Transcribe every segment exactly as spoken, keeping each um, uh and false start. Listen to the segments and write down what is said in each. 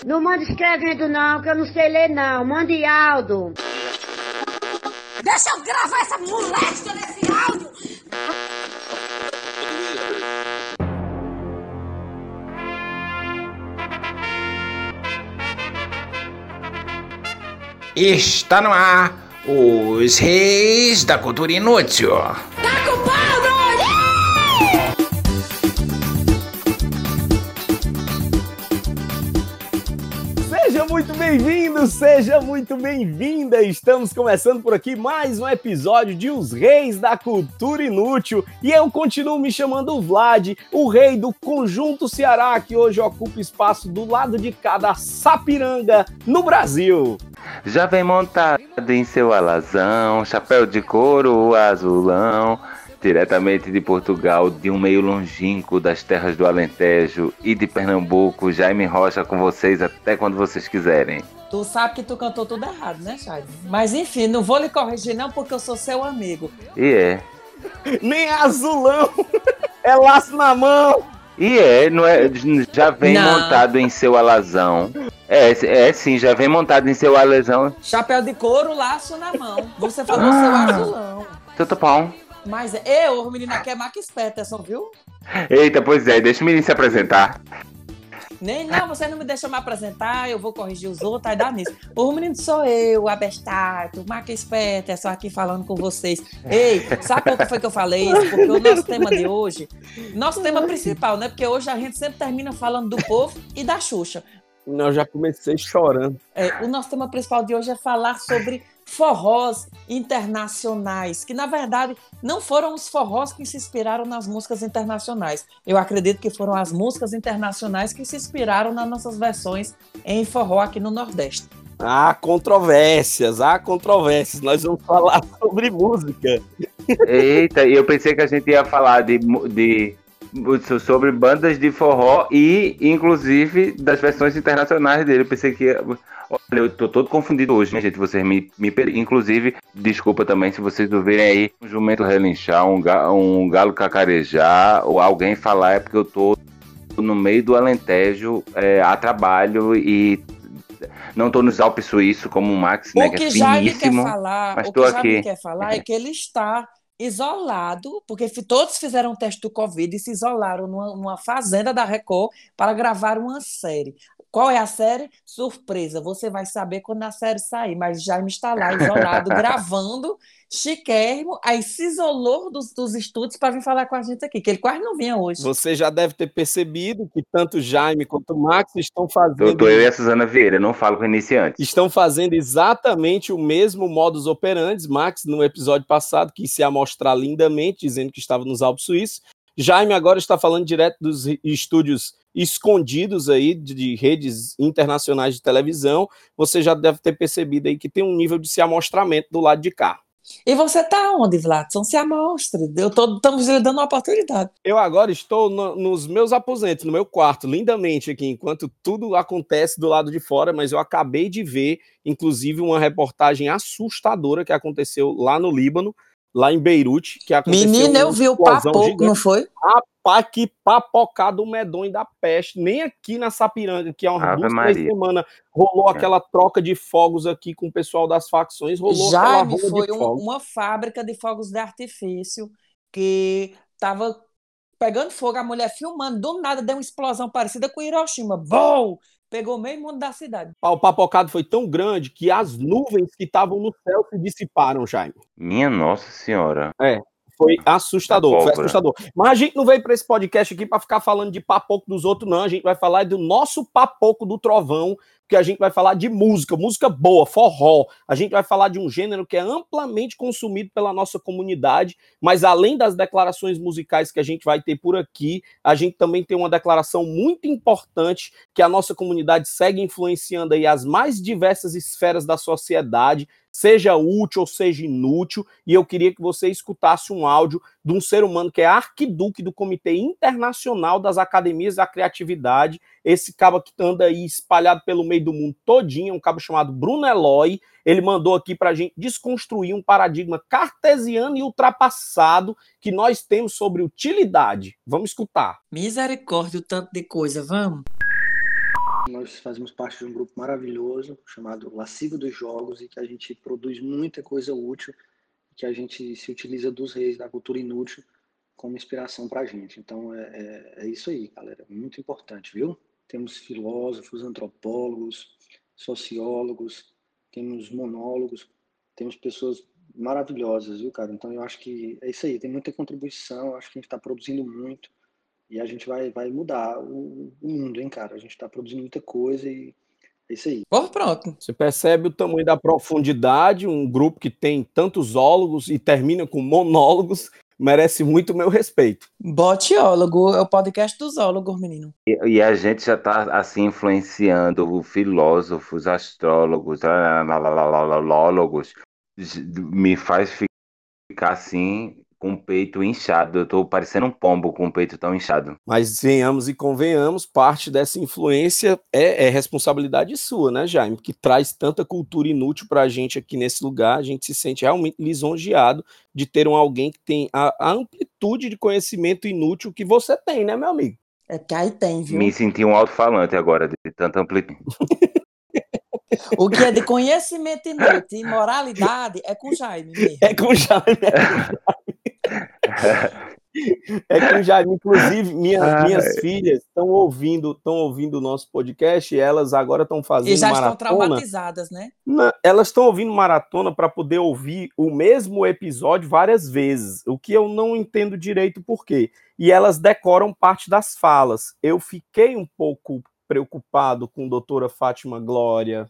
Não manda escrevendo não, que eu não sei ler não. Mande áudio. Deixa eu gravar essa moléstia nesse áudio. Está no ar os Reis da Cultura Inútil. Tá com pau, Seja muito bem-vindo, seja muito bem-vinda. Estamos começando por aqui mais um episódio de Os Reis da Cultura Inútil. E eu continuo me chamando Vlad, o rei do Conjunto Ceará, que hoje ocupa espaço do lado de cá da Sapiranga, no Brasil. Já vem montado em seu alazão, chapéu de couro azulão, diretamente de Portugal, de um meio longínquo das terras do Alentejo e de Pernambuco, Jaime Rocha com vocês até quando vocês quiserem. Tu sabe que tu cantou tudo errado, né, Jaime? Mas enfim, não vou lhe corrigir não, porque eu sou seu amigo. E é. Nem azulão, é laço na mão. E é, não é, já vem Não. montado em seu alazão. É, é sim, já vem montado em seu alazão. Chapéu de couro, laço na mão. Você falou Ah. seu azulão. Seu topão. Mas eu, o menino aqui é Max Peterson, viu? Eita, pois é, deixa o menino se apresentar. Nem, não, você não me deixa me apresentar, eu vou corrigir os outros, aí dá nisso. O menino sou eu, o Abestato, Max Peterson aqui falando com vocês. Ei, sabe por que foi que eu falei isso? Porque o nosso tema de hoje, nosso tema principal, né? Porque hoje a gente sempre termina falando do povo e da Xuxa. Não, eu já comecei chorando. É, o nosso tema principal de hoje é falar sobre forrós internacionais, que na verdade não foram os forrós que se inspiraram nas músicas internacionais. Eu acredito que foram as músicas internacionais que se inspiraram nas nossas versões em forró aqui no Nordeste. Há controvérsias, há controvérsias. Nós vamos falar sobre música. Eita, e eu pensei que a gente ia falar de, de sobre bandas de forró e, inclusive, das versões internacionais dele. Eu pensei que ia... Olha, eu tô todo confundido hoje, né, gente? Vocês me, me... Inclusive, desculpa também se vocês ouvirem aí um jumento relinchar, um, ga... um galo cacarejar, ou alguém falar, é porque eu tô no meio do Alentejo é, a trabalho e não tô nos Alpes Suíços como o Max, né? O Que que é Jaime quer finíssimo, falar, mas o tô que Jaime aqui. quer falar é que ele está isolado, porque fi- todos fizeram um teste do Covid e se isolaram numa, numa fazenda da Record para gravar uma série. Qual é a série? Surpresa, você vai saber quando a série sair, mas Jaime está lá isolado, gravando, chiquérrimo, aí se isolou dos, dos estúdios para vir falar com a gente aqui, que ele quase não vinha hoje. Você já deve ter percebido que tanto Jaime quanto o Max estão fazendo, Doutor, eu e a Suzana Vieira, não falo com iniciantes. estão fazendo exatamente o mesmo modus operandi. Max, no episódio passado, quis se amostrar lindamente, dizendo que estava nos Alpes Suíços. Jaime agora está falando direto dos estúdios escondidos aí de, de redes internacionais de televisão. Você já deve ter percebido aí que tem um nível de se amostramento do lado de cá. E você está onde, Vladson? Se amostre, eu tô, estamos lhe dando uma oportunidade. Eu agora estou no- nos meus aposentos, no meu quarto, lindamente aqui, enquanto tudo acontece do lado de fora, mas eu acabei de ver, inclusive, uma reportagem assustadora que aconteceu lá no Líbano, lá em Beirute, que aconteceu Menina, eu uma vi o explosão papo, gigante. não foi? Rapaz, que papocado medonho da peste. Nem aqui na Sapiranga, que há umas Ave duas, três Maria. semanas, rolou É. aquela troca de fogos aqui com o pessoal das facções, rolou aquela Jaime rua foi de um- fogos. uma fábrica de fogos de artifício que estava pegando fogo, a mulher filmando, do nada deu uma explosão parecida com Hiroshima. Bom! Pegou meio mundo da cidade. O papocado foi tão grande que as nuvens que estavam no céu se dissiparam, Jaime. Minha Nossa Senhora. É, foi assustador, A foi pólvora. assustador. Mas a gente não veio para esse podcast aqui para ficar falando de papoco dos outros, não. A gente vai falar do nosso papoco do trovão, porque a gente vai falar de música, música boa, forró. A gente vai falar de um gênero que é amplamente consumido pela nossa comunidade, mas além das declarações musicais que a gente vai ter por aqui, a gente também tem uma declaração muito importante que a nossa comunidade segue influenciando aí as mais diversas esferas da sociedade, seja útil ou seja inútil, e eu queria que você escutasse um áudio de um ser humano que é arquiduque do Comitê Internacional das Academias da Criatividade, esse cabo que anda aí espalhado pelo meio do mundo todinho, um cabo chamado Bruno Eloy. Ele mandou aqui pra gente desconstruir um paradigma cartesiano e ultrapassado que nós temos sobre utilidade. Vamos escutar. Misericórdia, o tanto de coisa, vamos? Nós fazemos parte de um grupo maravilhoso chamado Lascivo dos Jogos e que a gente produz muita coisa útil, que a gente se utiliza dos reis da cultura inútil como inspiração para a gente. Então é, é, é isso aí, galera. Muito importante, viu? Temos filósofos, antropólogos, sociólogos, temos monólogos, temos pessoas maravilhosas, viu, cara? Então eu acho que é isso aí. Tem muita contribuição, eu acho que a gente está produzindo muito e a gente vai, vai mudar o, o mundo, hein, cara? A gente está produzindo muita coisa e é isso aí. Pô, pronto. Você percebe o tamanho da profundidade, um grupo que tem tantos ólogos e termina com monólogos, merece muito o meu respeito. Boteólogo, é o podcast dos ólogos, menino. E, e a gente já está assim influenciando filósofos, astrólogos, lólogos, me faz ficar assim com o peito inchado. Eu tô parecendo um pombo com o peito tão inchado. Mas venhamos e convenhamos, parte dessa influência é, é responsabilidade sua, né, Jaime? Que traz tanta cultura inútil pra gente aqui nesse lugar, a gente se sente realmente lisonjeado de ter um alguém que tem a, a amplitude de conhecimento inútil que você tem, né, meu amigo? É que aí tem, viu? Me senti um alto-falante agora, de tanta amplitude. O que é de conhecimento inútil e moralidade é com Jaime mesmo. É com o Jaime, é com o Jaime. É que já, inclusive, minha, minhas filhas estão ouvindo, estão ouvindo o nosso podcast e elas agora estão fazendo E já maratona. estão traumatizadas, né? Na, elas estão ouvindo maratona para poder ouvir o mesmo episódio várias vezes, o que eu não entendo direito por quê. E elas decoram parte das falas. Eu fiquei um pouco preocupado com a doutora Fátima Glória.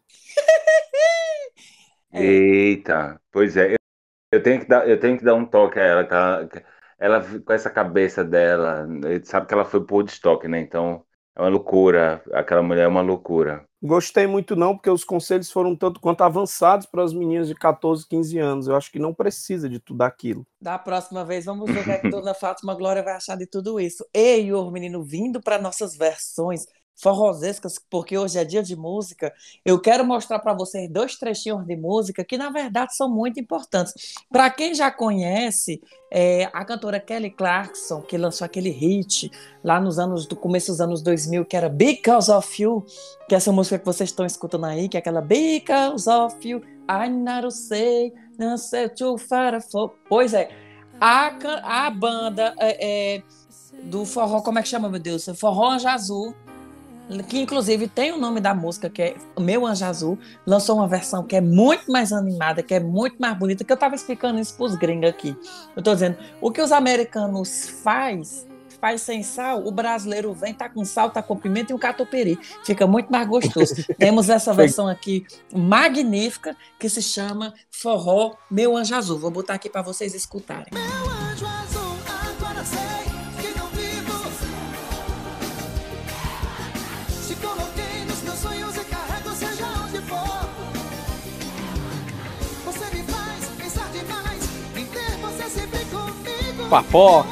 É. Eita, pois é, eu, eu tenho que dar, eu tenho que dar um toque a ela, tá? Ela com essa cabeça dela, sabe que ela foi pro Woodstock, né? Então é uma loucura, aquela mulher é uma loucura. Gostei muito não, porque os conselhos foram tanto quanto avançados para as meninas de catorze, quinze anos. Eu acho que não precisa de tudo aquilo. Da próxima vez, vamos ver o que a dona Fátima Glória vai achar de tudo isso. Ei, o menino, vindo para nossas versões forrosescas, porque hoje é dia de música, eu quero mostrar para vocês dois trechinhos de música que, na verdade, são muito importantes. Para quem já conhece, é, a cantora Kelly Clarkson, que lançou aquele hit lá nos anos, do começo dos anos dois mil, que era Because of You, que é essa música que vocês estão escutando aí, que é aquela Because of You, I not say, not say too far for... Pois é, a, a banda é, é, do forró, como é que chama, meu Deus? Forró Anjo Azul, que inclusive tem o nome da música, que é Meu Anjo Azul, lançou uma versão que é muito mais animada, que é muito mais bonita, que eu tava explicando isso pros gringos aqui. Eu tô dizendo, o que os americanos faz, faz sem sal, o brasileiro vem, tá com sal, tá com pimenta e um catupiry. Fica muito mais gostoso. Temos essa versão aqui magnífica, que se chama Forró Meu Anjo Azul. Vou botar aqui para vocês escutarem. Meu anjo azul, agora sei. Papoca.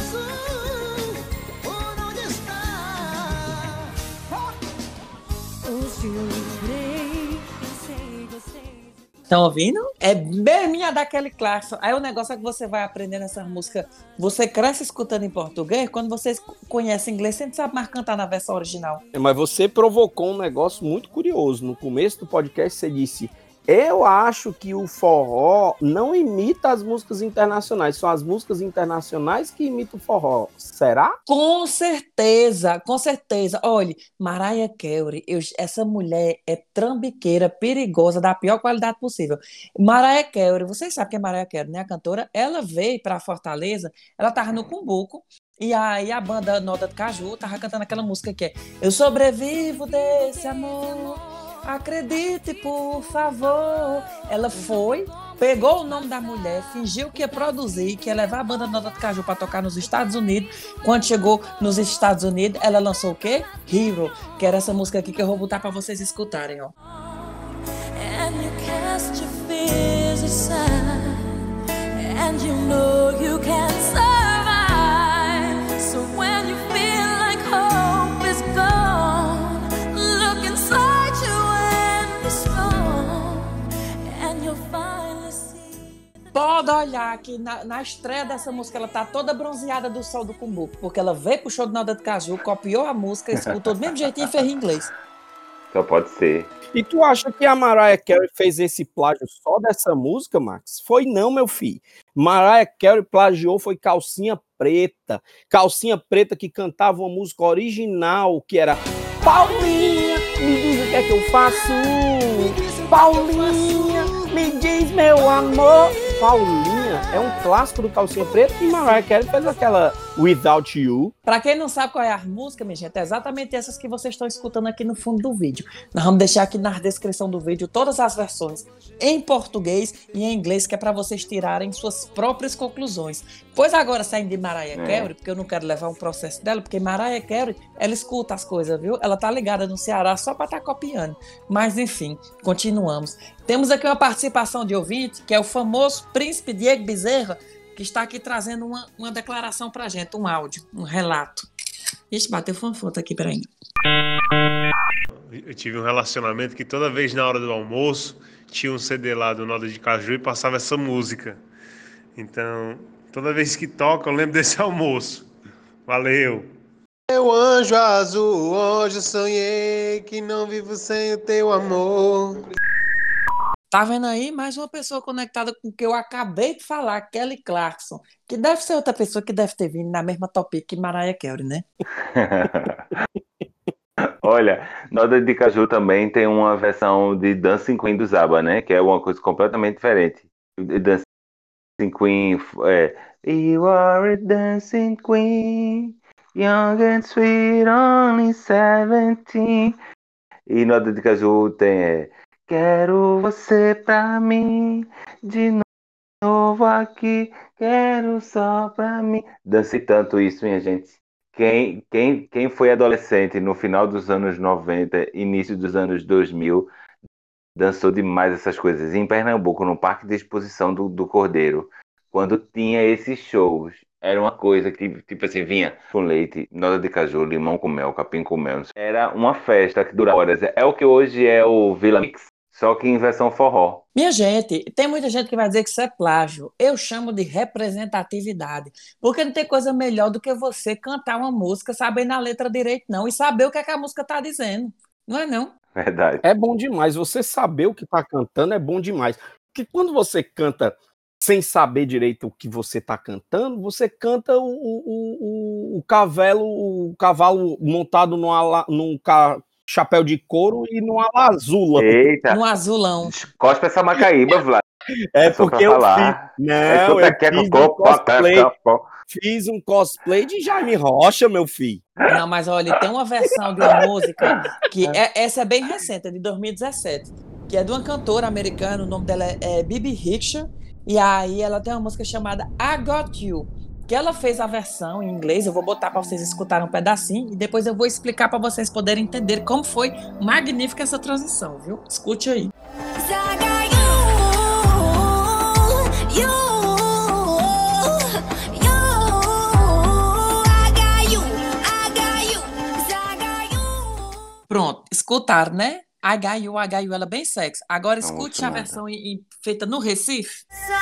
Estão ouvindo? É bem minha da Kelly Clarkson. Aí o negócio é que você vai aprendendo essa música. Você cresce escutando em português. Quando você conhece inglês, você não sabe mais cantar na versão original. Mas você provocou um negócio muito curioso. No começo do podcast você disse: eu acho que o forró não imita as músicas internacionais, são as músicas internacionais que imitam o forró. Será? Com certeza, com certeza. Olha, Mariah Carey, eu, essa mulher é trambiqueira, perigosa, da pior qualidade possível. Mariah Carey, vocês sabem que é Mariah Carey, né? A cantora, ela veio para Fortaleza, ela tava no Cumbuco, e aí a banda Nota de Caju tava cantando aquela música que é Eu sobrevivo desse amor, acredite, por favor. Ela foi, pegou o nome da mulher, fingiu que ia produzir, que ia levar a banda Nota de Caju para tocar nos Estados Unidos. Quando chegou nos Estados Unidos, ela lançou o quê? Hero, que era essa música aqui que eu vou botar para vocês escutarem, ó. And you cast your fears aside, and you know you can survive. So when you feel like hope is gone, look inside you. Pode olhar que na, na estreia dessa música ela tá toda bronzeada do sol do Cumbuco, porque ela veio pro show do Nota de Caju, copiou a música, escutou do mesmo jeitinho e fez em inglês. Só pode ser. E tu acha que a Mariah Carey fez esse plágio só dessa música, Max? Foi não, meu filho. Mariah Carey plagiou, foi Calcinha Preta. Calcinha Preta que cantava uma música original, que era Paulinha, me diz o que é que eu faço. Paulinha, me diz meu amor. Paulinha é um clássico do Calcinha Preta e Mariah Carey fez aquela Without You. Pra quem não sabe qual é a música, minha gente, é exatamente essas que vocês estão escutando aqui no fundo do vídeo. Nós vamos deixar aqui na descrição do vídeo todas as versões em português e em inglês, que é pra vocês tirarem suas próprias conclusões. Pois agora, saindo de Mariah É. Carey, porque eu não quero levar um processo dela, porque Mariah Carey, ela escuta as coisas, viu? Ela tá ligada no Ceará só pra estar copiando. Mas, enfim, continuamos. Temos aqui uma participação de ouvinte, que é o famoso Príncipe Diego Bezerra, que está aqui trazendo uma, uma declaração pra gente, um áudio, um relato. Ixi, bateu fanfuta aqui, peraí. Eu tive um relacionamento que toda vez na hora do almoço tinha um C D lá do Noda de Caju e passava essa música. Então, toda vez que toca eu lembro desse almoço. Valeu! Meu anjo azul, hoje sonhei que não vivo sem o teu amor. Tá vendo aí? Mais uma pessoa conectada com o que eu acabei de falar, Kelly Clarkson, que deve ser outra pessoa que deve ter vindo na mesma topic que Mariah Carey, né? Olha, Noda de Caju também tem uma versão de Dancing Queen do Zaba, né? Que é uma coisa completamente diferente. Dancing Queen é You are a dancing queen, young and sweet, only seventeen. E Noda de Caju tem é, quero você pra mim, de novo aqui, quero só pra mim. Dancei tanto isso, minha gente. Quem, quem, quem foi adolescente no final dos anos noventa, início dos anos dois mil, dançou demais essas coisas. Em Pernambuco, no Parque de Exposição do, do Cordeiro, quando tinha esses shows, era uma coisa que, tipo assim, vinha com leite, Noda de Caju, limão com mel, capim com mel. Era uma festa que durava horas. É o que hoje é o Vila Mix, só que em versão forró. Minha gente, tem muita gente que vai dizer que isso é plágio. Eu chamo de representatividade. Porque não tem coisa melhor do que você cantar uma música sabendo a letra direito, não. E saber o que, é que a música tá dizendo. Não é, não? Verdade. É bom demais. Você saber o que tá cantando é bom demais. Porque quando você canta sem saber direito o que você tá cantando, você canta o, o, o, o, cavalo, o cavalo montado num, ala, num ca, chapéu de couro e num ala azula. Eita. No azulão. Cospe essa Macaíba, Vlad. É, É só porque pra eu falar. fiz, não, É eu super fiz, que- um cosplay, fiz um cosplay de Jaime Rocha, meu filho. Não, mas olha, tem uma versão de uma música que é, essa é bem recente, é de dois mil e dezessete, que é de uma cantora americana, o nome dela é, é Bibi Rixha, e aí ela tem uma música chamada I Got You, que ela fez a versão em inglês. Eu vou botar para vocês escutarem um pedacinho e depois eu vou explicar para vocês poderem entender como foi magnífica essa transição, viu? Escute aí. Pronto, escutaram, né? I got you, I got you, ela é bem sexy. Agora escute a versão em- em- feita no Recife.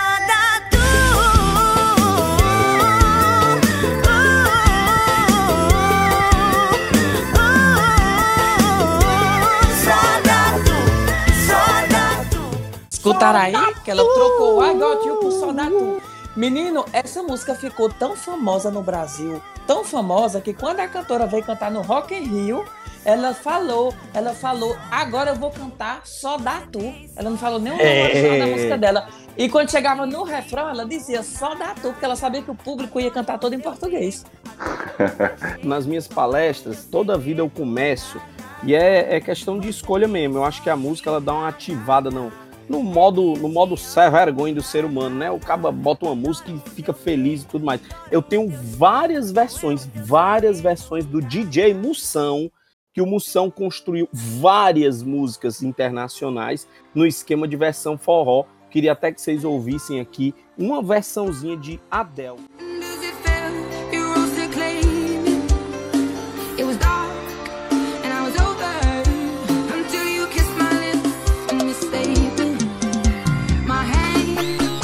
Escutaram aí que ela trocou o I Got You por Só da Tu. Menino, essa música ficou tão famosa no Brasil, tão famosa, que quando a cantora veio cantar no Rock in Rio, ela falou, ela falou, agora eu vou cantar Só da Tu. Ela não falou nem o nome original da música dela. E quando chegava no refrão, ela dizia Só da Tu, porque ela sabia que o público ia cantar todo em português. Nas minhas palestras, toda a vida eu começo, e é, é questão de escolha mesmo. Eu acho que a música ela dá uma ativada no, no modo no modo sem vergonha do ser humano, né? O cara bota uma música e fica feliz e tudo mais. Eu tenho várias versões, várias versões do D J Moção, que o Moção construiu várias músicas internacionais no esquema de versão forró. Queria até que vocês ouvissem aqui uma versãozinha de Adele.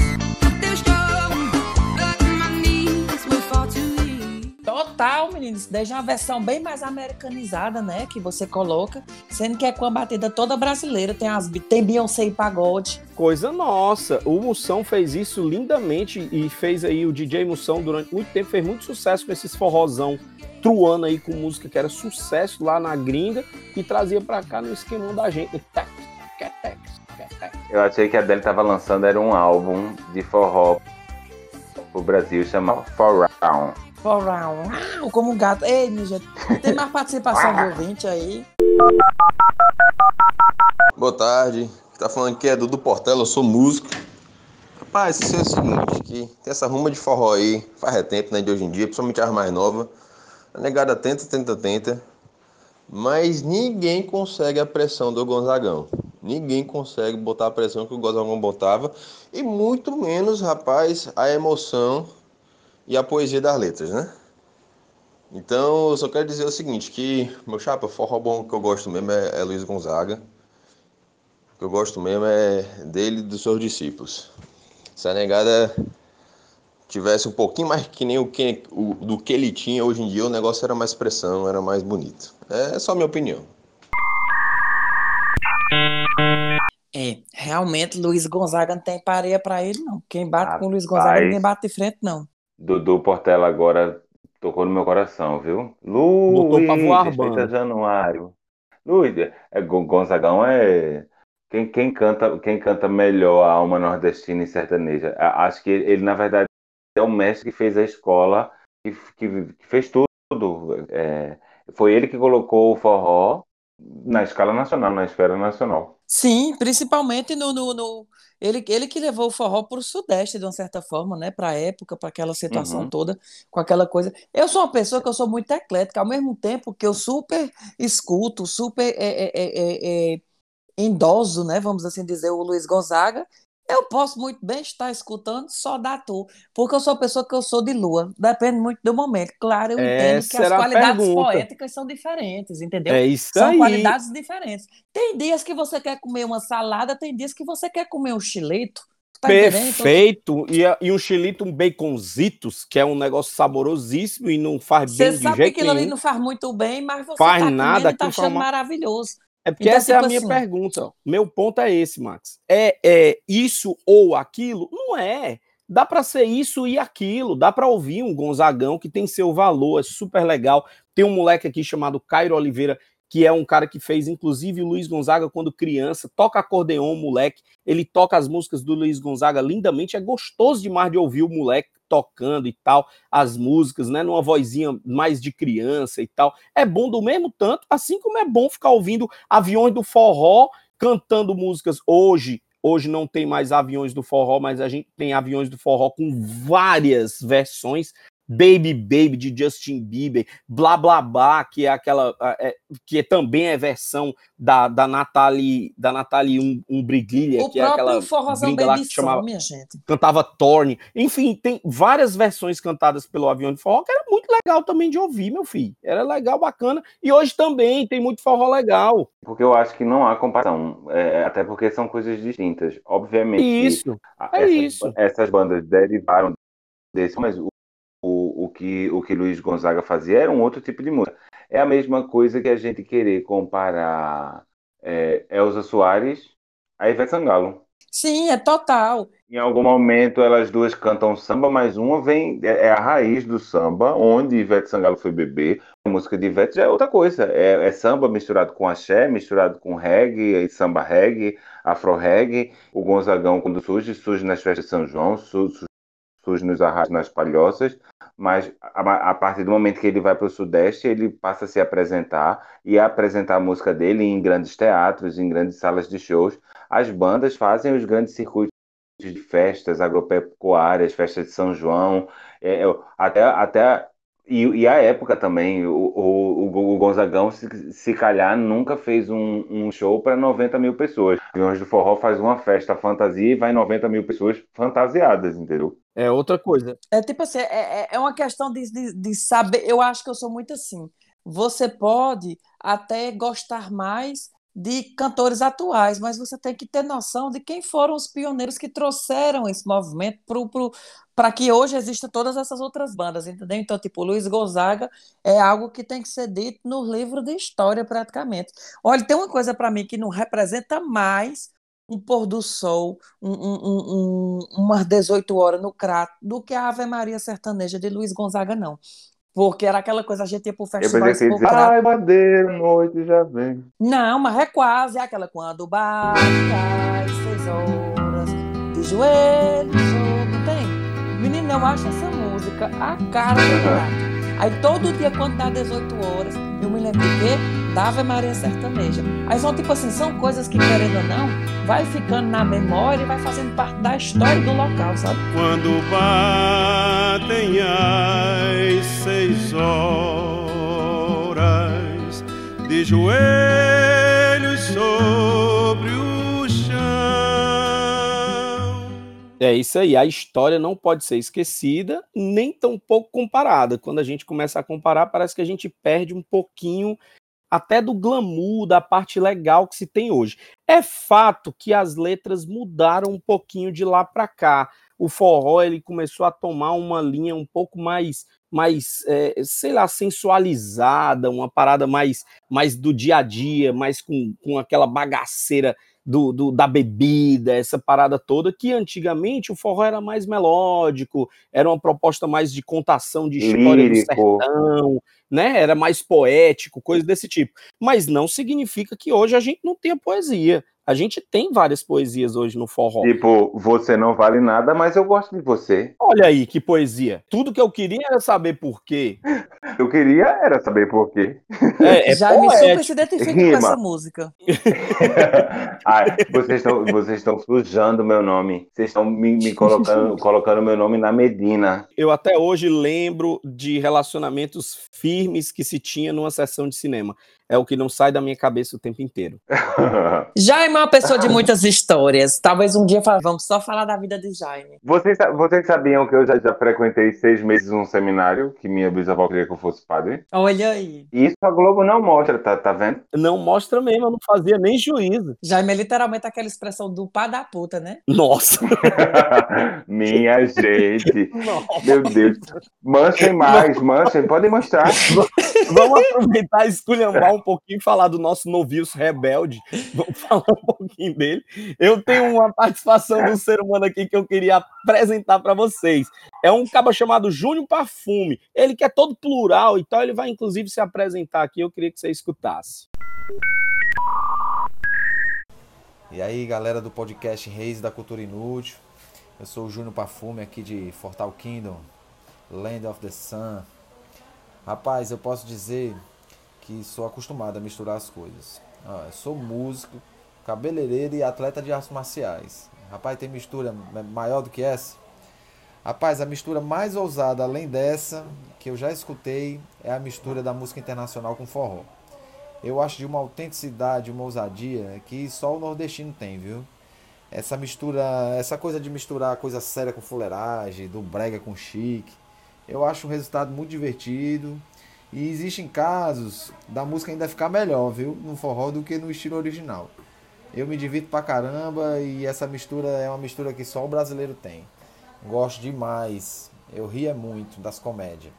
Total, meninos. Isso daí já é uma versão bem mais americanizada, né? Que você coloca, sendo que é com a batida toda brasileira. Tem, as, tem Beyoncé e pagode. Coisa nossa. O Moção fez isso lindamente e fez aí o D J Moção durante muito tempo, fez muito sucesso com esses forrozão truando aí com música que era sucesso lá na gringa e trazia pra cá no esquemão da gente. Eu achei que a Adele tava lançando era um álbum de forró pro Brasil chamado For Round. For Round. Ah, como um gato. Ei, minha gente, tem mais participação de ouvinte aí? Boa tarde. Tá falando que é Dudu Portela, eu sou músico. Rapaz, isso é o seguinte, que tem essa ruma de forró aí, faz tempo, né, de hoje em dia, principalmente as mais novas. A negada tenta, tenta, tenta, mas ninguém consegue a pressão do Gonzagão. Ninguém consegue botar a pressão que o Gonzagão botava, e muito menos, rapaz, a emoção e a poesia das letras, né? Então, eu só quero dizer o seguinte, que, meu chapa, forró bom que eu gosto mesmo é, é Luiz Gonzaga. O que eu gosto mesmo é dele e dos seus discípulos. Se a negada tivesse um pouquinho mais que nem o que, o, do que ele tinha hoje em dia, o negócio era mais pressão, era mais bonito. É só minha opinião. É, realmente, Luiz Gonzaga não tem pareia pra ele, não. Quem bate Rapaz, com o Luiz Gonzaga, ninguém bate de frente, não. Dudu Portela agora tocou no meu coração, viu? Botou pra voar Luiz, respeita banda. Januário. Luiz, é, Gon- Gonzagão é... Quem, quem canta, quem canta melhor a alma nordestina e sertaneja? A- Acho que ele, ele, na verdade, é o mestre que fez a escola, que, que, que fez tudo. É, foi ele que colocou o forró na escala nacional, na esfera nacional. Sim, principalmente no, no, no- ele, ele que levou o forró para o Sudeste, de uma certa forma, né? Para a época, para aquela situação Uhum. toda, com aquela coisa. Eu sou uma pessoa que eu sou muito eclética, ao mesmo tempo que eu super escuto, super é, é, é, é, é, endosso, né? Vamos assim dizer, o Luiz Gonzaga. Eu posso muito bem estar escutando só da tu, porque eu sou uma pessoa que eu sou de lua, depende muito do momento. Claro, eu entendo que Essa as era a qualidades pergunta. poéticas são diferentes, entendeu? É isso São aí. qualidades diferentes. Tem dias que você quer comer uma salada, tem dias que você quer comer um chilito. Tá entendendo? Então, Perfeito. E, a- e um chilito, um baconzitos, que é um negócio saborosíssimo e não faz você bem de sabe que jeito aquilo ali nenhum. não faz muito bem, mas você Faz tá nada, comendo e tá aquilo faz achando uma... maravilhoso. É porque Então, essa é a tipo minha assim, pergunta. Ó. Meu ponto é esse, Max. É, é isso ou aquilo? Não é. Dá para ser isso e aquilo. Dá para ouvir um Gonzagão que tem seu valor, é super legal. Tem um moleque aqui chamado Cairo Oliveira, que é um cara que fez, inclusive, o Luiz Gonzaga quando criança. Toca acordeon, moleque. Ele toca as músicas do Luiz Gonzaga lindamente. É gostoso demais de ouvir o moleque tocando e tal, as músicas, né? Numa vozinha mais de criança e tal. É bom do mesmo tanto, assim como é bom ficar ouvindo Aviões do Forró cantando músicas hoje. Hoje não tem mais Aviões do Forró, mas a gente tem Aviões do Forró com várias versões. Baby Baby de Justin Bieber, Blá Blá Blá, que é aquela é, que também é versão da, da Nathalie da Nathalie um, um Briglia, o que é próprio aquela forrozão gringa lá Baby que chamava Som, minha gente. cantava Torne. Enfim, tem várias versões cantadas pelo Avião de Forró, que era muito legal também de ouvir, meu filho. Era legal, bacana. E hoje também tem muito forró legal. Porque eu acho que não há comparação, é, até porque são coisas distintas. Obviamente que Isso, a- é essas, isso. essas bandas derivaram desse, mas o, o, o que, o que Luiz Gonzaga fazia era um outro tipo de música. É a mesma coisa que a gente querer comparar é, Elza Soares a Ivete Sangalo. Sim, é total. Em algum momento elas duas cantam samba, mas uma vem, é é a raiz do samba, onde Ivete Sangalo foi beber. A música de Ivete já é outra coisa. É, é samba misturado com axé, misturado com reggae, e samba reggae, afro reggae. O Gonzagão, quando surge, surge nas festas de São João, surge, surge nos arraios, nas palhoças. Mas a, a partir do momento que ele vai para o Sudeste, ele passa a se apresentar e a apresentar a música dele em grandes teatros, em grandes salas de shows. As bandas fazem os grandes circuitos de festas agropecuárias, festas de São João, é, é, até, até e, e a época também, o, o, o Gonzagão, se, se calhar, nunca fez um, um show para noventa mil pessoas. O Aviões do Forró faz uma festa fantasia e vai noventa mil pessoas fantasiadas, entendeu? É outra coisa. É tipo assim, é, é é uma questão de, de, de saber. Eu acho que eu sou muito assim. Você pode até gostar mais de cantores atuais, mas você tem que ter noção de quem foram os pioneiros que trouxeram esse movimento para que hoje existam todas essas outras bandas, entendeu? Então, tipo, Luiz Gonzaga é algo que tem que ser dito no livro de história, praticamente. Olha, tem uma coisa para mim que não representa mais um pôr do sol, um, um, um, um, umas dezoito horas no Crato, do que a Ave Maria Sertaneja de Luiz Gonzaga, não. Porque era aquela coisa, a gente ia pro Eu festival pensei que ia dizer, ai, madeira, noite já vem. Não, mas é quase, é aquela quando bate às seis horas, de joelhos, não tem? Menino, eu acho essa música a cara do Crato. Aí todo dia, quando dá dezoito horas, eu me lembro de quê? Da Ave Maria Sertaneja. Aí são tipo assim, são coisas que, querendo ou não, vai ficando na memória e vai fazendo parte da história do local, sabe? Quando batem as seis horas, de joelhos sobre o chão. É isso aí, a história não pode ser esquecida, nem tão pouco comparada. Quando a gente começa a comparar, parece que a gente perde um pouquinho até do glamour, da parte legal que se tem hoje. É fato que as letras mudaram um pouquinho de lá para cá. O forró ele começou a tomar uma linha um pouco mais, mais é, sei lá, sensualizada, uma parada mais, mais do dia a dia, mais com, com aquela bagaceira Do, do, da bebida, essa parada toda, que antigamente o forró era mais melódico, era uma proposta mais de contação de história do sertão, né? Era mais poético, coisa desse tipo. Mas não significa que hoje a gente não tenha poesia. A gente tem várias poesias hoje no forró. Tipo, você não vale nada, mas eu gosto de você. Olha aí, que poesia. Tudo que eu queria era saber por quê. Eu queria era saber por quê. É, é Jaime super se identifica Rima. com essa música. Ai, vocês estão vocês estão sujando meu nome. Vocês estão me, me colocando colocando meu nome na Medina. Eu até hoje lembro de relacionamentos firmes que se tinha numa sessão de cinema. É o que não sai da minha cabeça o tempo inteiro. Jaime é uma pessoa de muitas histórias. Talvez um dia vamos só falar da vida de Jaime. Vocês, vocês sabiam que eu já, já frequentei seis meses um seminário que minha bisavó queria que eu fosse padre? Olha aí. Isso a Globo não mostra, tá, tá vendo? Não mostra mesmo, eu não fazia nem juízo. Jaime é literalmente aquela expressão do pá da puta, né? Nossa. Minha gente. Nossa. Meu Deus. Manchem mais, manchem. Podem mostrar. Vamos aproveitar e esculhambar um pouquinho e falar do nosso noviço rebelde. Vamos falar um pouquinho dele. Eu tenho uma participação do ser humano aqui que eu queria apresentar para vocês. É um caba chamado Júnior Perfume. Ele que é todo plural, então ele vai inclusive se apresentar aqui. Eu queria que você escutasse. E aí, galera do podcast Reis da Cultura Inútil. Eu sou o Júnior Perfume aqui de Fortal Kingdom, Land of the Sun. Rapaz, eu posso dizer que sou acostumado a misturar as coisas. Ah, eu sou músico, cabeleireiro e atleta de artes marciais. Rapaz, tem mistura maior do que essa? Rapaz, a mistura mais ousada além dessa, que eu já escutei, é a mistura da música internacional com forró. Eu acho de uma autenticidade, uma ousadia que só o nordestino tem, viu? Essa mistura, essa coisa de misturar coisa séria com fuleiragem, do brega com chique, eu acho um resultado muito divertido. E existem casos da música ainda ficar melhor, viu? No forró do que no estilo original. Eu me divirto pra caramba e essa mistura é uma mistura que só o brasileiro tem. Gosto demais. Eu ria muito das comédias.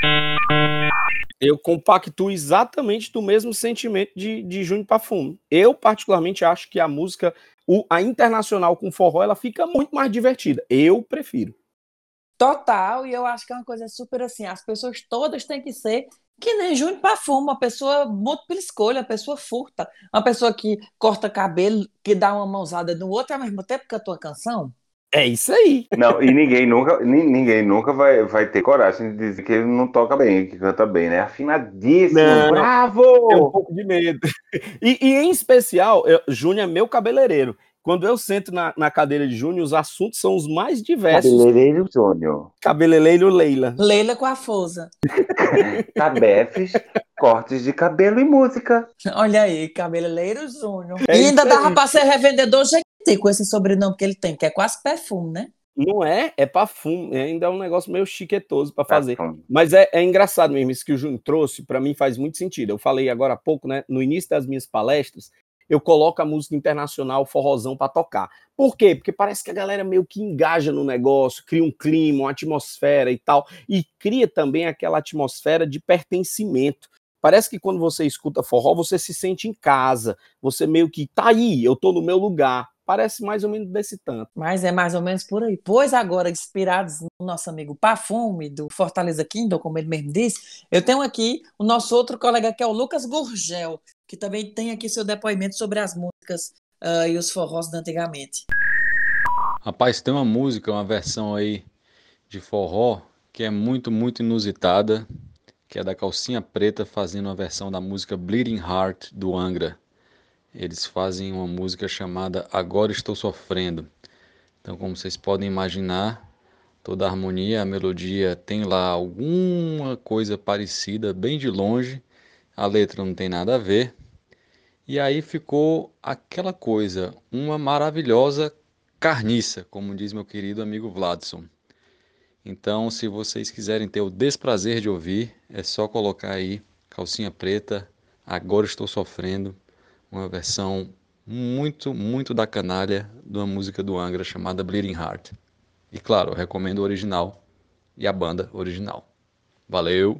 Eu compactuo exatamente do mesmo sentimento de, de Júnior Perfume. Eu, particularmente, acho que a música, o, a internacional com forró, ela fica muito mais divertida. Eu prefiro. Total, e eu acho que é uma coisa super assim, as pessoas todas têm que ser que nem Júnior Perfume, uma pessoa múltipla escolha, uma pessoa furta, uma pessoa que corta cabelo, que dá uma mãozada no outro, ao mesmo tempo que cantou a canção. É isso aí. Não, e ninguém nunca, ninguém nunca vai, vai ter coragem de dizer que ele não toca bem, que canta bem, né? Afinadíssimo, não, bravo! Tem um pouco de medo. E, e em especial, eu, Júnior é meu cabeleireiro. Quando eu sento na, na cadeira de Júnior, os assuntos são os mais diversos. Cabeleireiro Júnior. Cabeleireiro Leila. Leila com a Fosa. Tabefes, cortes de cabelo e música. Olha aí, cabeleireiro Júnior. É e ainda isso dava aí. pra ser revendedor jeito com esse sobrenome que ele tem, que é quase perfume, né? Não é, é perfume, ainda é um negócio meio chiquetoso para fazer. Perfume. Mas é, é engraçado mesmo, isso que o Júnior trouxe, para mim faz muito sentido. Eu falei agora há pouco, né, no início das minhas palestras, eu coloco a música internacional, forrozão pra tocar. Por quê? Porque parece que a galera meio que engaja no negócio, cria um clima, uma atmosfera e tal, e cria também aquela atmosfera de pertencimento. Parece que quando você escuta forró, você se sente em casa, você meio que tá aí, eu tô no meu lugar. Parece mais ou menos desse tanto. Mas é mais ou menos por aí. Pois agora, inspirados no nosso amigo Pafume, do Fortaleza Kingdom, como ele mesmo disse, eu tenho aqui o nosso outro colega, que é o Lucas Gurgel, que também tem aqui seu depoimento sobre as músicas uh, e os forrós de antigamente. Rapaz, tem uma música, uma versão aí de forró, que é muito, muito inusitada, que é da Calcinha Preta, fazendo uma versão da música Bleeding Heart, do Angra. Eles fazem uma música chamada Agora Estou Sofrendo. Então, como vocês podem imaginar, toda a harmonia, a melodia tem lá alguma coisa parecida, bem de longe. A letra não tem nada a ver. E aí ficou aquela coisa, uma maravilhosa carniça, como diz meu querido amigo Vladson. Então, se vocês quiserem ter o desprazer de ouvir, é só colocar aí Calcinha Preta, Agora Estou Sofrendo. Uma versão muito, muito da canalha de uma música do Angra chamada Bleeding Heart. E claro, eu recomendo o original e a banda original. Valeu!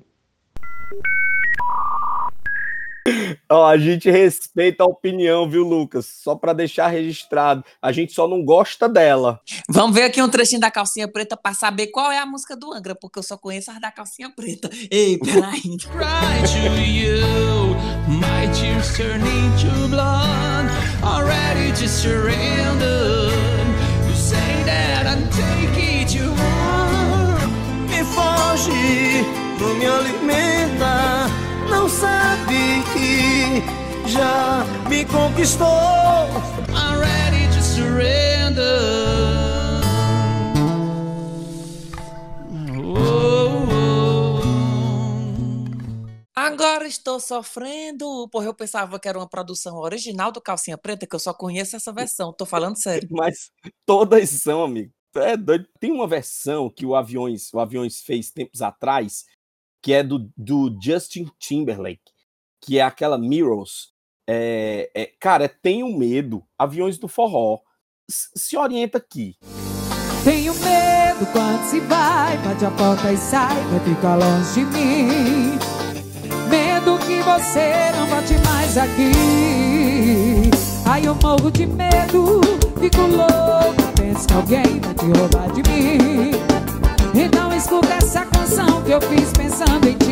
Ó, a gente respeita a opinião, viu, Lucas? Só pra deixar registrado. A gente só não gosta dela. Vamos ver aqui um trechinho da Calcinha Preta pra saber qual é a música do Angra, porque eu só conheço as da Calcinha Preta. Ei, peraí. Cry to you, my tears turning to blood, already to surrender. You say that I'm taking too hard. Me foge, não me alimenta, não sabe que já me conquistou. I'm ready to surrender. Agora estou sofrendo, porque eu pensava que era uma produção original do Calcinha Preta, que eu só conheço essa versão, tô falando sério. Mas todas são, amigo. É doido. Tem uma versão que o Aviões, o Aviões fez tempos atrás, que é do, do Justin Timberlake, que é aquela Mirrors. É, é, cara, é Tenho Medo, Aviões do Forró. S- se orienta aqui. Tenho medo quando se vai, bate a porta e sai, vai ficar longe de mim. Medo que você não bate mais aqui. Ai, eu morro de medo, fico louca, penso que alguém vai te roubar de mim. Então escuta essa canção que eu fiz pensando em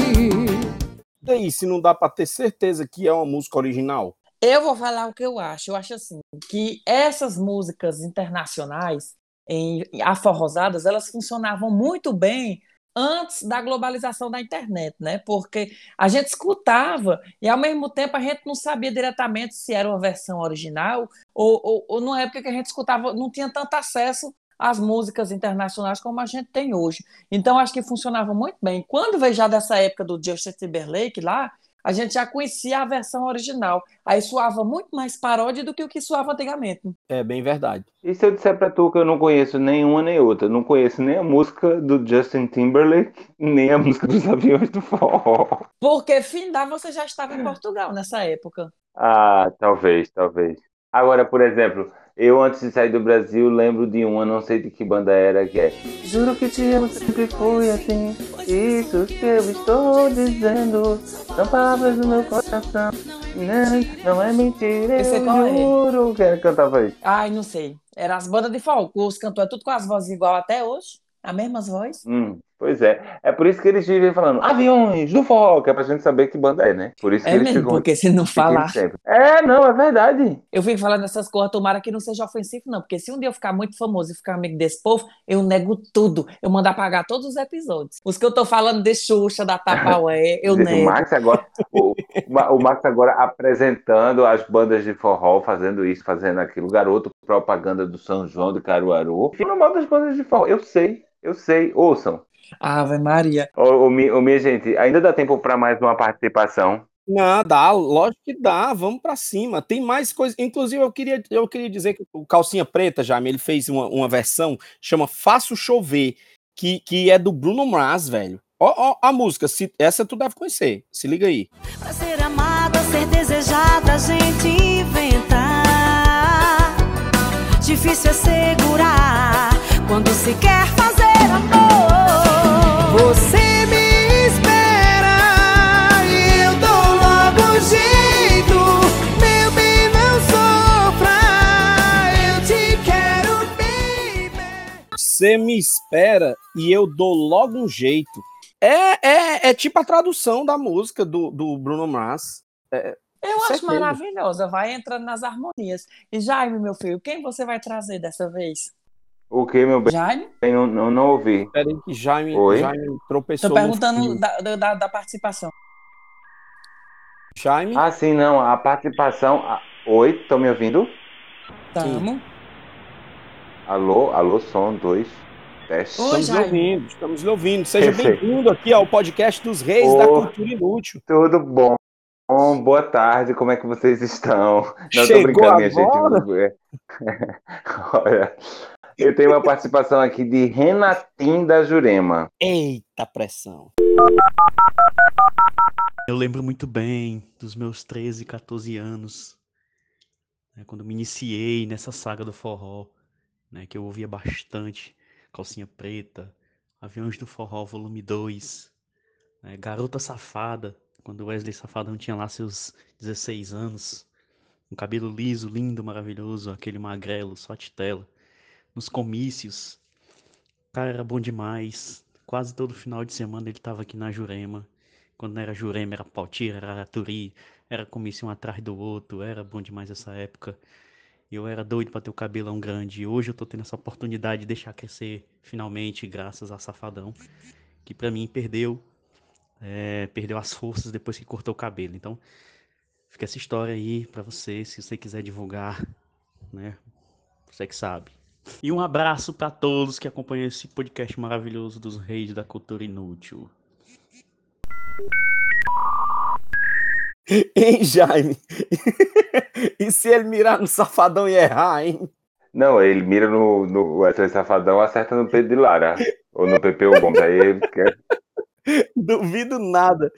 ti. E aí, se não dá pra ter certeza que é uma música original? Eu vou falar o que eu acho. Eu acho assim, que essas músicas internacionais, em aforrosadas, elas funcionavam muito bem antes da globalização da internet, né? Porque a gente escutava e, ao mesmo tempo, a gente não sabia diretamente se era uma versão original ou, ou, ou numa época que a gente escutava, não tinha tanto acesso às músicas internacionais como a gente tem hoje. Então, acho que funcionava muito bem. Quando veio já dessa época do Justin Timberlake lá, a gente já conhecia a versão original. Aí soava muito mais paródia do que o que soava antigamente. É bem verdade. E se eu disser pra tu que eu não conheço nenhuma nem outra? Não conheço nem a música do Justin Timberlake, nem a música dos Aviões do Forró. Porque findar você já estava em Portugal nessa época. Ah, talvez, talvez. Agora, por exemplo, eu antes de sair do Brasil lembro de uma, não sei de que banda era, que é Juro que te amo, sempre foi assim. Isso que eu estou dizendo são palavras do meu coração. Não, não é mentira, Eu sei eu qual é. juro. Quem é que cantava isso? Ai, não sei. Era as bandas de folk. Os cantores tudo com as vozes igual até hoje. As mesmas vozes. Hum, pois é. É por isso que eles vivem falando Aviões do Forró, que é pra gente saber que banda é, né? Por isso que É eles mesmo, ficam porque se não ficam falar... sempre. É, não, é verdade. Eu fico falando essas coisas, tomara que não seja ofensivo, não. Porque se um dia eu ficar muito famoso e ficar amigo desse povo, eu nego tudo. Eu mando apagar todos os episódios. Os que eu tô falando de Xuxa, da Tapaué, eu O nego. Max agora, o, o Max agora apresentando as bandas de forró, fazendo isso, fazendo aquilo. Garoto, propaganda do São João de Caruaru. Falando mal das bandas de forró. Eu sei, eu sei. Ouçam. Ave Maria. Ô, ô, mi- ô, minha gente, ainda dá tempo para mais uma participação? Não, dá, lógico que dá, vamos pra cima. Tem mais coisa. Inclusive, eu queria, eu queria dizer que o Calcinha Preta, Jaime, ele fez uma, uma versão, chama Faço Chover, que, que é do Bruno Mars, velho. Ó, ó, a música, se, essa tu deve conhecer. Se liga aí. Pra ser amada, ser desejada, a gente vem. difícil é segurar quando se quer fazer amor. Você me espera e eu dou logo um jeito. Meu bem, não sofra, eu te quero, baby. Você me espera e eu dou logo um jeito. É, é, é tipo a tradução da música do, do Bruno Mars. É, Eu acho certeza. maravilhosa, vai entrando nas harmonias. E Jaime, meu filho, quem você vai trazer dessa vez? O que, meu bem? Jaime? Eu não, não, não ouvi. Peraí que Jaime, Oi? Jaime tropeçou. Tô no perguntando fio. da, da, da participação. Jaime? Ah, sim, não. A participação. a- Oi, estão me ouvindo? Tamo. Alô, alô, som, dois, teste. Oi, Estamos lhe Jaime. ouvindo, estamos lhe ouvindo. Seja Perfeito. bem-vindo aqui ao podcast dos Reis Ô. da Cultura Inútil. Tudo bom? Bom, boa tarde, como é que vocês estão? Não, tô Chegou brincando, minha agora? gente. Olha, eu tenho uma participação aqui de Renatinho da Jurema. Eita pressão. Eu lembro muito bem dos meus treze, quatorze anos, né, quando me iniciei nessa saga do forró, né, que eu ouvia bastante Calcinha Preta, Aviões do Forró volume dois, né, Garota Safada, quando Wesley Safadão tinha lá seus dezesseis anos, um cabelo liso, lindo, maravilhoso, aquele magrelo, só titela, nos comícios, o cara era bom demais, quase todo final de semana ele estava aqui na Jurema. Quando não era Jurema, era Pautira, era Turi, era comício um atrás do outro, era bom demais essa época. Eu era doido pra ter o cabelão grande, e hoje eu tô tendo essa oportunidade de deixar crescer, finalmente, graças a Safadão, que pra mim perdeu, é, perdeu as forças depois que cortou o cabelo. Então, fica essa história aí pra você, se você quiser divulgar, né, você que sabe. E um abraço pra todos que acompanham esse podcast maravilhoso dos Reis da Cultura Inútil. Hein, Jaime? E se ele mirar no Safadão e errar, hein? Não, ele mira no, no Wesley Safadão, acerta no Pedro de Lara. Ou no Pepeu Gomes. Aí ele quer. Duvido nada.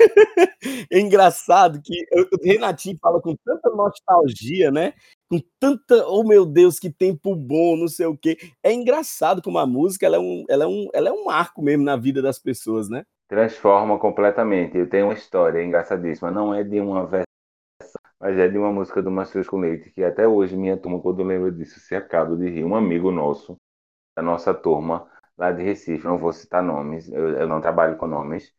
É engraçado que o Renatinho fala com tanta nostalgia, né? Com tanta, oh meu Deus, que tempo bom, não sei o quê. É engraçado como a música ela é, um, ela, é um, ela é um marco mesmo na vida das pessoas, né? Transforma completamente. Eu tenho uma história engraçadíssima. Não é de uma versão, mas é de uma música do Matheus com Leite, que até hoje minha turma, quando lembra disso, se acaba de rir. Um amigo nosso, da nossa turma, lá de Recife, não vou citar nomes, eu, eu não trabalho com nomes,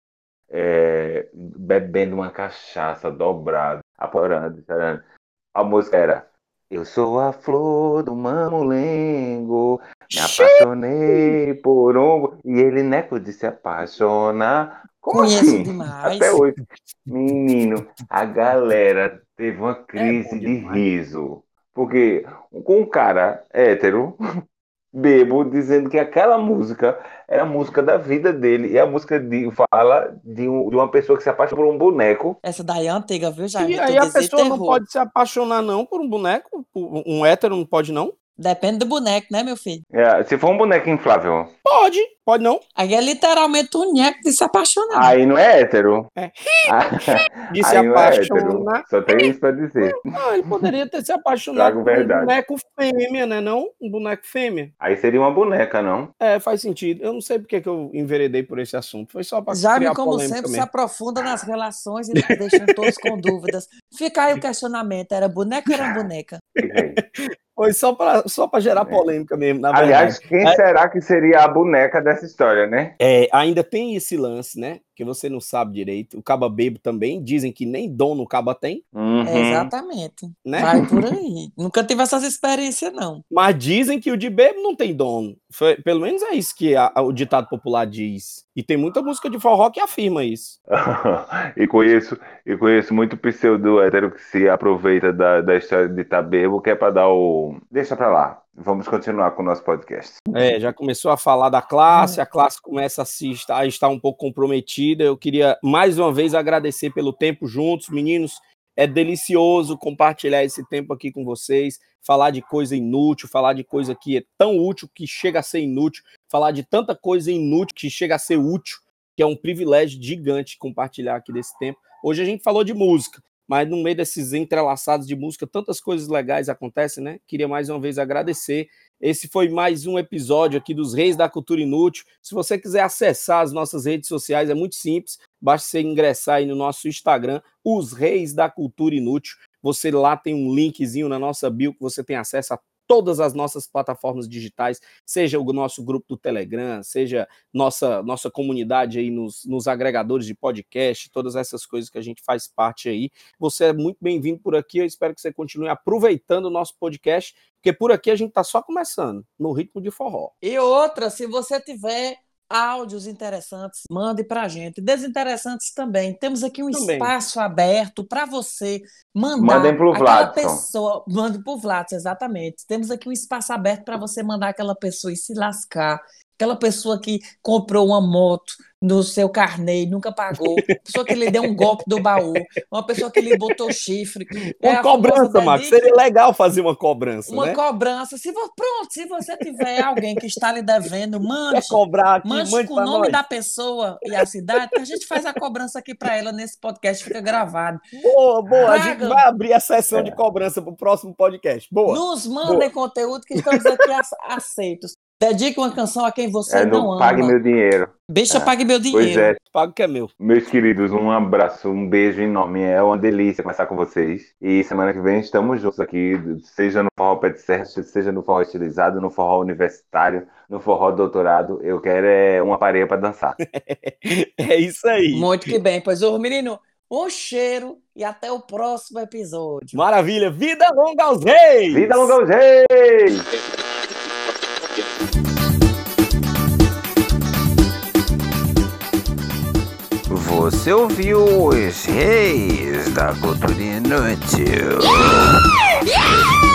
é, bebendo uma cachaça dobrada, aporando, chorando. A música era: eu sou a flor do mamulengo, me apaixonei por um... E ele neco de se apaixonar. Como Conheço assim? demais. Até hoje. Menino, a galera teve uma É crise bom de demais. riso. Porque com um cara hétero, bebo, dizendo que aquela música era a música da vida dele. E a música de, fala de, um- de uma pessoa que se apaixona por um boneco. Essa daí é antiga, viu, Jaime? E Tu aí a desenterrou. pessoa não pode se apaixonar não por um boneco? Por um hétero não pode não? Depende do boneco, né, meu filho? É, se for um boneco inflável, Pode, pode não. Aí é literalmente um nheco de se apaixonar. aí não é hétero. É. Ah, De se aí não é hétero. apaixonar. Só tem isso pra dizer. Não, ele poderia ter se apaixonado Trago por um verdade. boneco fêmea, né não? Um boneco fêmea. Aí seria uma boneca, não? É, faz sentido. Eu não sei porque que eu enveredei por esse assunto. Foi só para Jaime, criar como polêmica sempre, se mesmo. aprofunda nas relações e nos deixam todos com dúvidas. Fica aí o questionamento: era boneca ou era boneca? Foi só para só para gerar polêmica mesmo, na Aliás, verdade. quem É, será que seria a boneca dessa história, né? é, ainda tem esse lance, né? Que você não sabe direito. O caba bebo também. Dizem que nem dono o caba tem, Uhum. É, exatamente. né? Vai por aí. Nunca tive essas experiências, não. Mas dizem que o de bebo não tem dono. Foi- pelo menos é isso que a- a- o ditado popular diz. E tem muita música de forró que afirma isso. E conheço, e conheço muito pseudo hétero que se aproveita da, da história de Itabebo, que é pra dar o. Deixa pra lá. Vamos continuar com o nosso podcast. É, já começou a falar da classe, a classe começa a, se estar, a estar um pouco comprometida. Eu queria mais uma vez agradecer pelo tempo juntos, meninos. É delicioso compartilhar esse tempo aqui com vocês, falar de coisa inútil, falar de coisa que é tão útil que chega a ser inútil, falar de tanta coisa inútil que chega a ser útil, que é um privilégio gigante compartilhar aqui desse tempo. Hoje a gente falou de música, mas no meio desses entrelaçados de música, tantas coisas legais acontecem, né? Queria mais uma vez agradecer. Esse foi mais um episódio aqui dos Reis da Cultura Inútil. Se você quiser acessar as nossas redes sociais, é muito simples, basta você ingressar aí no nosso Instagram, Os Reis da Cultura Inútil. Você lá tem um linkzinho na nossa bio que você tem acesso a todas as nossas plataformas digitais, seja o nosso grupo do Telegram, seja nossa, nossa comunidade aí nos, nos agregadores de podcast, todas essas coisas que a gente faz parte aí. Você é muito bem-vindo por aqui, eu espero que você continue aproveitando o nosso podcast, porque por aqui a gente está só começando, no ritmo de forró. E outra, se você tiver áudios interessantes, mande para a gente. Desinteressantes também. Temos aqui um também. espaço aberto para você mandar. Mandem pro aquela Vladson. pessoa. Mande para o Vladson, exatamente. Temos aqui um espaço aberto para você mandar aquela pessoa e se lascar. Aquela pessoa que comprou uma moto no seu carnê e nunca pagou, pessoa que lhe deu um golpe do baú, uma pessoa que lhe botou chifre. Uma é cobrança, Marcos. Seria legal fazer uma cobrança, Uma né? cobrança. Se vo... Pronto, se você tiver alguém que está lhe devendo, mande. Quer cobrar aqui, mande mande com o pra nome nós. da pessoa e a cidade, que a gente faz a cobrança aqui para ela nesse podcast, fica gravado. Boa, boa. Traga. A gente vai abrir a sessão é. de cobrança para o próximo podcast. Boa. Nos mandem boa. conteúdo que estamos aqui aceitos. Dedique uma canção a quem você é, não, não ama. Pague meu dinheiro. Bicha, é. pague meu dinheiro. Pois é. Pague que é meu. Meus queridos, um abraço, um beijo enorme. É uma delícia conversar com vocês. E semana que vem estamos juntos aqui, seja no forró pé de serra, seja no forró estilizado, no forró universitário, no forró doutorado. Eu quero é uma pareia para dançar. É isso aí. Muito que bem. Pois, ô menino, um cheiro e até o próximo episódio. Maravilha. Vida longa aos reis! Vida longa aos reis! Você ouviu os Reis da Cultura Inútil? Yeah! Yeah!